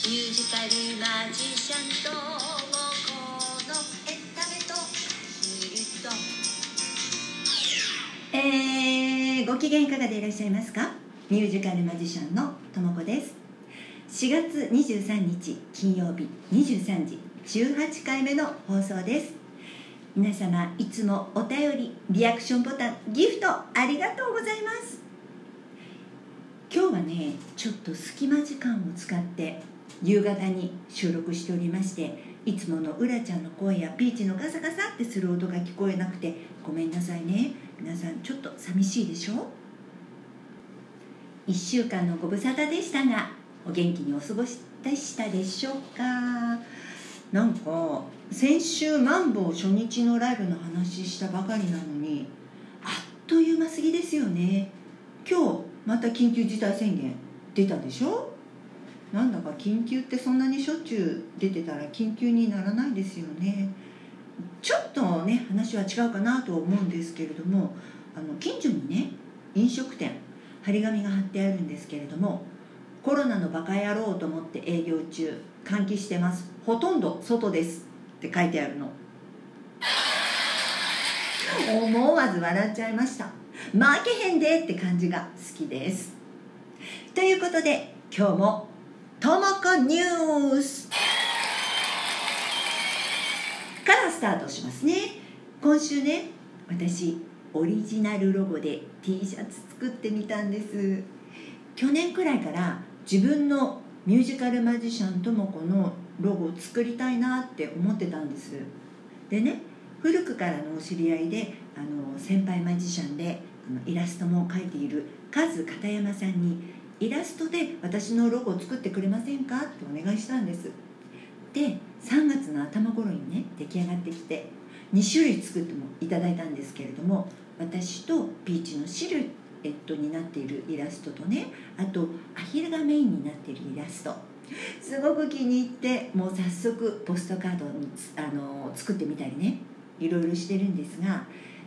ミュージカルマジシャンとこのエンタメとヒルト。ご機嫌いかがでいらっしゃいますか？ミュージカルマジシャンのともこです。4月23日金曜日23時18回目の放送です。皆様いつもお便り、リアクションボタン、ギフトありがとうございます。今日はね、ちょっと隙間時間を使って夕方に収録しておりまして、いつものうらちゃんの声やピーチのガサガサってする音が聞こえなくてごめんなさいね。皆さんちょっと寂しいでしょ？1週間のご無沙汰でしたが、お元気にお過ごしでしたでしょうか？なんか先週マンボウ初日のライブの話したばかりなのに、あっという間すぎですよね。今日また緊急事態宣言出たでしょ？なんだか緊急ってそんなにしょっちゅう出てたら緊急にならないですよね。ちょっとね話は違うかなと思うんですけれども、近所にね飲食店張り紙が貼ってあるんですけれども、コロナのバカ野郎と思って営業中、換気してます、ほとんど外ですって書いてあるの。思わず笑っちゃいました。負けへんでって感じが好きです。ということで今日もともこニュースからスタートしますね。今週ね、私オリジナルロゴで T シャツ作ってみたんです。去年くらいから自分のミュージカルマジシャンともこのロゴを作りたいなって思ってたんです。でね、古くからのお知り合いで先輩マジシャンでイラストも描いているカズ片山さんに、イラストで私のロゴを作ってくれませんかってお願いしたんです。で3月の頭頃にね出来上がってきて2種類作ってもいただいたんですけれども、私とピーチのシルエットになっているイラストとね、あとアヒルがメインになっているイラスト、すごく気に入って、もう早速ポストカードに作ってみたりね、いろいろしてるんですが、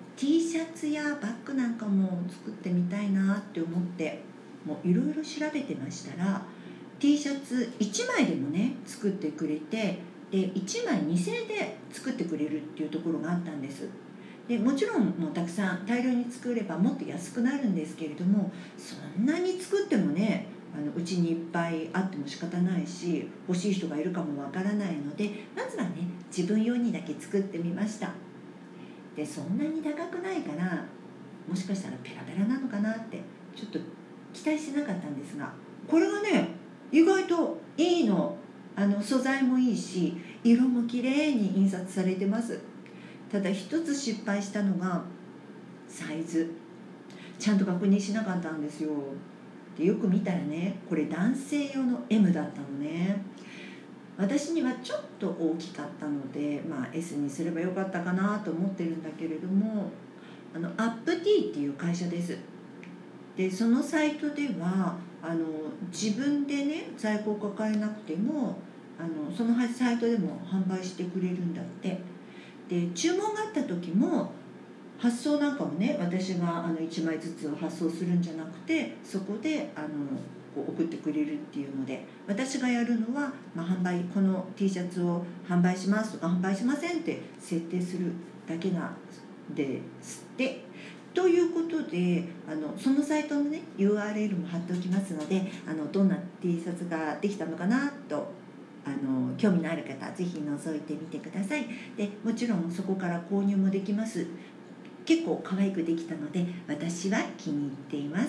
T シャツやバッグなんかも作ってみたいなって思って、もういろいろ調べてましたら T シャツ1枚でもね作ってくれて、で1枚2000円で作ってくれるっていうところがあったんです。でもちろんもうたくさん大量に作ればもっと安くなるんですけれども、そんなに作ってもねうちにいっぱいあっても仕方ないし、欲しい人がいるかもわからないので、まずはね自分用にだけ作ってみました。でそんなに高くないから、もしかしたらペラペラなのかなってちょっと期待してなかったんですが、これがね意外といいの。素材もいいし色も綺麗に印刷されてます。ただ一つ失敗したのがサイズ、ちゃんと確認しなかったんですよ。でよく見たらね、これ男性用の M だったのね。私にはちょっと大きかったので、S にすればよかったかなと思ってるんだけれども、アップ T っていう会社です。でそのサイトでは自分でね在庫を抱えなくてもそのサイトでも販売してくれるんだって。で注文があった時も発送なんかもね、私が1枚ずつ発送するんじゃなくて、そこでこう送ってくれるっていうので、私がやるのは、販売、この T シャツを販売しますとか販売しませんって設定するだけなんですって。ということでそのサイトのね URL も貼っておきますので、どんな T シャツができたのかなと興味のある方ぜひ覗いてみてください。でもちろんそこから購入もできます。結構可愛くできたので私は気に入っています。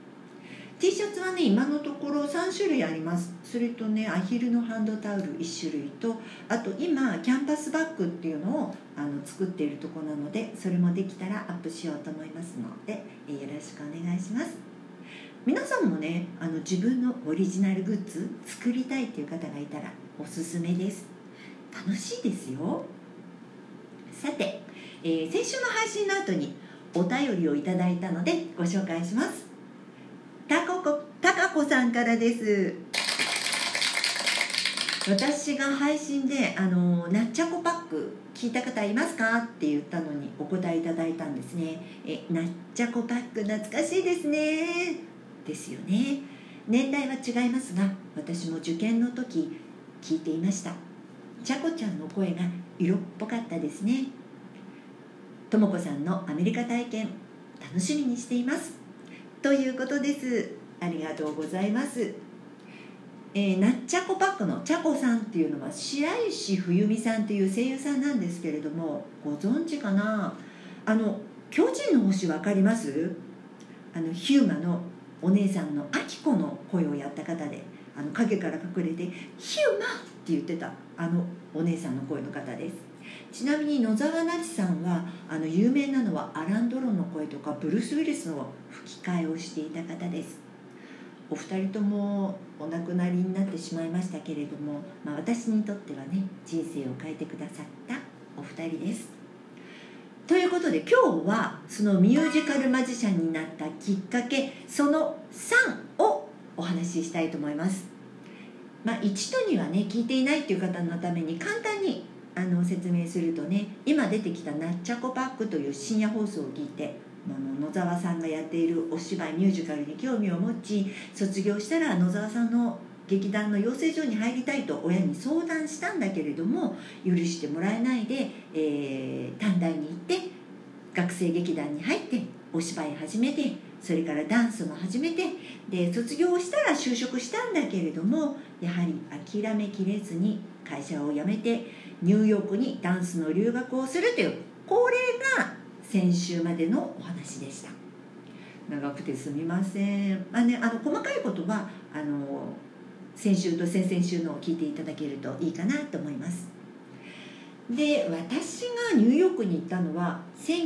T シャツはね今のところ3種類あります。それとねアヒルのハンドタオル1種類と、あと今キャンパスバッグっていうのを作っているところなので、それもできたらアップしようと思いますので、よろしくお願いします。皆さんもね自分のオリジナルグッズ作りたいっていう方がいたらおすすめです。楽しいですよ。さて、先週の配信の後にお便りをいただいたのでご紹介します。たかこさんからです。私が配信でナッチャコパック聞いた方いますかって言ったのにお答えいただいたんですね。ナッチャコパック懐かしいですね。ですよね。 年代は違いますが、私も受験の時聞いていました。ちゃこちゃんの声が色っぽかったですね。ともこさんのアメリカ体験楽しみにしていますということです。ありがとうございます。なっちゃこパックのちゃこさんっていうのは白石冬美さんっていう声優さんなんですけれども、ご存知かな。巨人の星わかります？ヒューマのお姉さんのアキコの声をやった方で、影から隠れてヒューマって言ってたお姉さんの声の方です。ちなみに野沢那智さんは有名なのはアラン・ドロンの声とかブルース・ウィリスの吹き替えをしていた方です。お二人ともお亡くなりになってしまいましたけれども、私にとってはね、人生を変えてくださったお二人です。ということで今日はそのミュージカルマジシャンになったきっかけ、その3をお話ししたいと思います。1と2はね聞いていないっていう方のために簡単に説明するとね、今出てきたなっちゃこパックという深夜放送を聞いて、野沢さんがやっているお芝居ミュージカルに興味を持ち、卒業したら野沢さんの劇団の養成所に入りたいと親に相談したんだけれども、許してもらえないで、短大に行って学生劇団に入ってお芝居始めて、それからダンスも始めて、で卒業したら就職したんだけれども、やはり諦めきれずに会社を辞めてニューヨークにダンスの留学をするという、これが先週までのお話でした。長くてすみません。細かいことは先週と先々週のを聞いていただけるといいかなと思います。で、私がニューヨークに行ったのは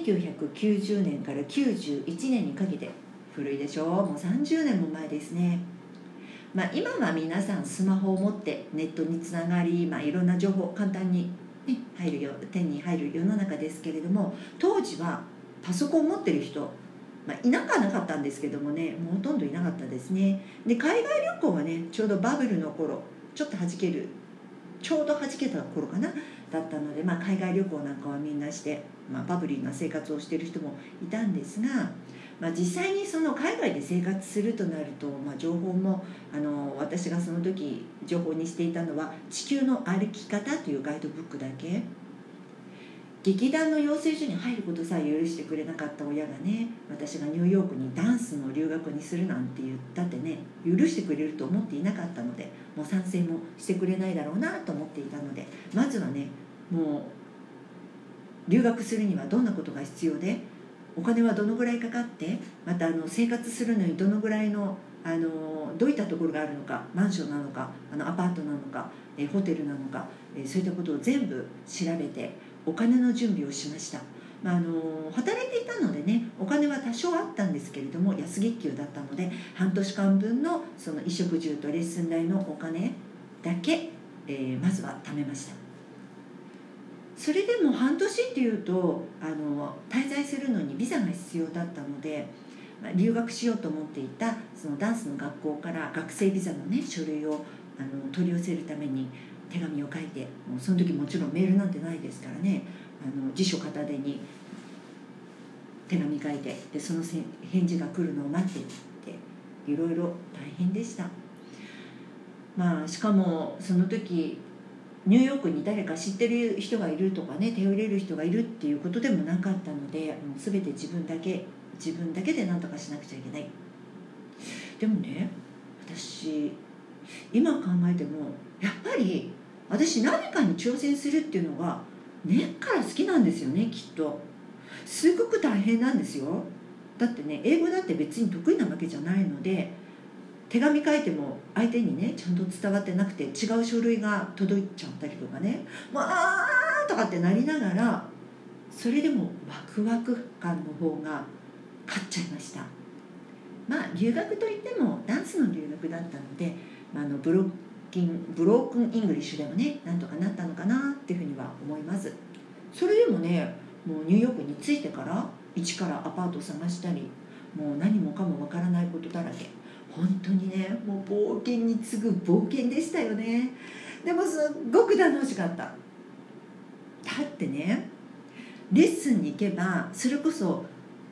1990年から91年にかけて、古いでしょう、もう30年も前ですね。今は皆さんスマホを持ってネットにつながり、いろんな情報簡単に、手に入る世の中ですけれども、当時はパソコンを持ってる人、いなかったんですけどもね、もうほとんどいなかったですね。で、海外旅行はね、ちょうどバブルの頃、ちょうど弾けた頃かなだったので、海外旅行なんかはみんなして、バブリーな生活をしている人もいたんですが、実際にその海外で生活するとなると、情報も私がその時情報にしていたのは「地球の歩き方」というガイドブックだけ。劇団の養成所に入ることさえ許してくれなかった親がね、私がニューヨークにダンスの留学にするなんて言ったってね、許してくれると思っていなかったので、もう賛成もしてくれないだろうなと思っていたので、まずはね、もう留学するにはどんなことが必要で、お金はどのぐらいかかって、また生活するのにどのぐらいのどういったところがあるのか、マンションなのかアパートなのか、ホテルなのか、そういったことを全部調べてお金の準備をしました。働いていたのでね、お金は多少あったんですけれども、安月給だったので半年間分のその衣食住とレッスン代のお金だけ、まずは貯めました。それでも半年っていうと滞在するのにビザが必要だったので、留学しようと思っていたそのダンスの学校から学生ビザのね書類を取り寄せるために手紙を書いて、もうその時もちろんメールなんてないですからね、辞書片手に手紙書いて、でその返事が来るのを待ってっていろいろ大変でした。しかもその時ニューヨークに誰か知ってる人がいるとかね、頼れる人がいるっていうことでもなかったので、もう全て自分だけで何とかしなくちゃいけない。でもね、私今考えてもやっぱり私何かに挑戦するっていうのが根っから好きなんですよね、きっと。すごく大変なんですよ。だってね、英語だって別に得意なわけじゃないので、手紙書いても相手にねちゃんと伝わってなくて、違う書類が届いちゃったりとかね、とかってなりながら、それでもワクワク感の方が勝っちゃいました。留学といってもダンスの留学だったので、ブロークンイングリッシュでもねなんとかなったのかなっていうふうには思います。それでもね、もうニューヨークに着いてから一からアパートを探したり、もう何もかもわからないことだらけ。本当にね、もう冒険に次ぐ冒険でしたよね。でもすっごく楽しかった。だってね、レッスンに行けばそれこそ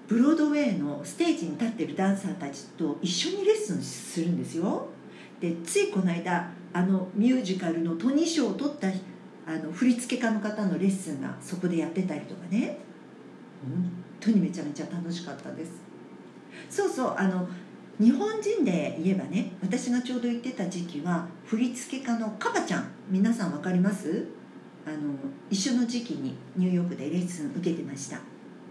ブロードウェイのステージに立ってるダンサーたちと一緒にレッスンするんですよ。でついこの間ミュージカルのトニー賞を取った振付家の方のレッスンがそこでやってたりとかね、本当にめちゃめちゃ楽しかったです。そうそう、日本人で言えばね、私がちょうど行ってた時期は振付家のカバちゃん、皆さん分かります？一緒の時期にニューヨークでレッスン受けてました。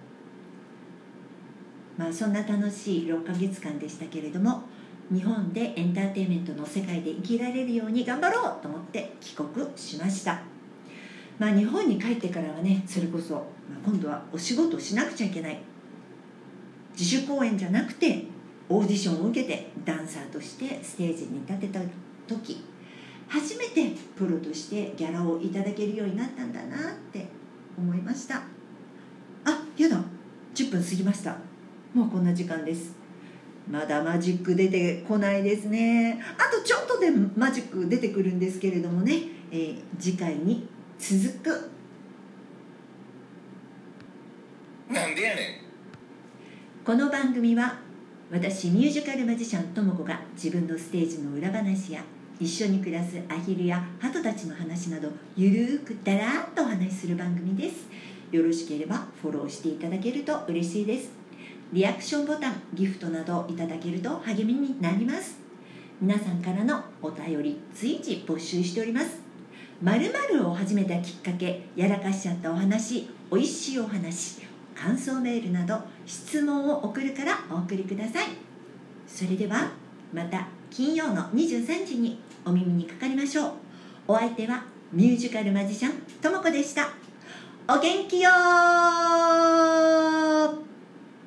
そんな楽しい6ヶ月間でしたけれども、日本でエンターテインメントの世界で生きられるように頑張ろうと思って帰国しました。日本に帰ってからはね、それこそ、今度はお仕事をしなくちゃいけない、自主公演じゃなくてオーディションを受けてダンサーとしてステージに立てた時、初めてプロとしてギャラをいただけるようになったんだなって思いました。やだ、10分過ぎました。もうこんな時間です。まだマジック出てこないですね。あとちょっとでマジック出てくるんですけれどもね、次回に続く。なんでやねん。この番組は私ミュージカルマジシャンともこが自分のステージの裏話や一緒に暮らすアヒルやハトたちの話などゆるーくだらーっとお話しする番組です。よろしければフォローしていただけると嬉しいです。リアクションボタン、ギフトなどいただけると励みになります。皆さんからのお便り随時募集しております。〇〇を始めたきっかけ、やらかしちゃったお話、おいしいお話、感想メールなど質問を送るからお送りください。それではまた金曜の23時にお耳にかかりましょう。お相手はミュージカルマジシャンともこでした。お元気よー。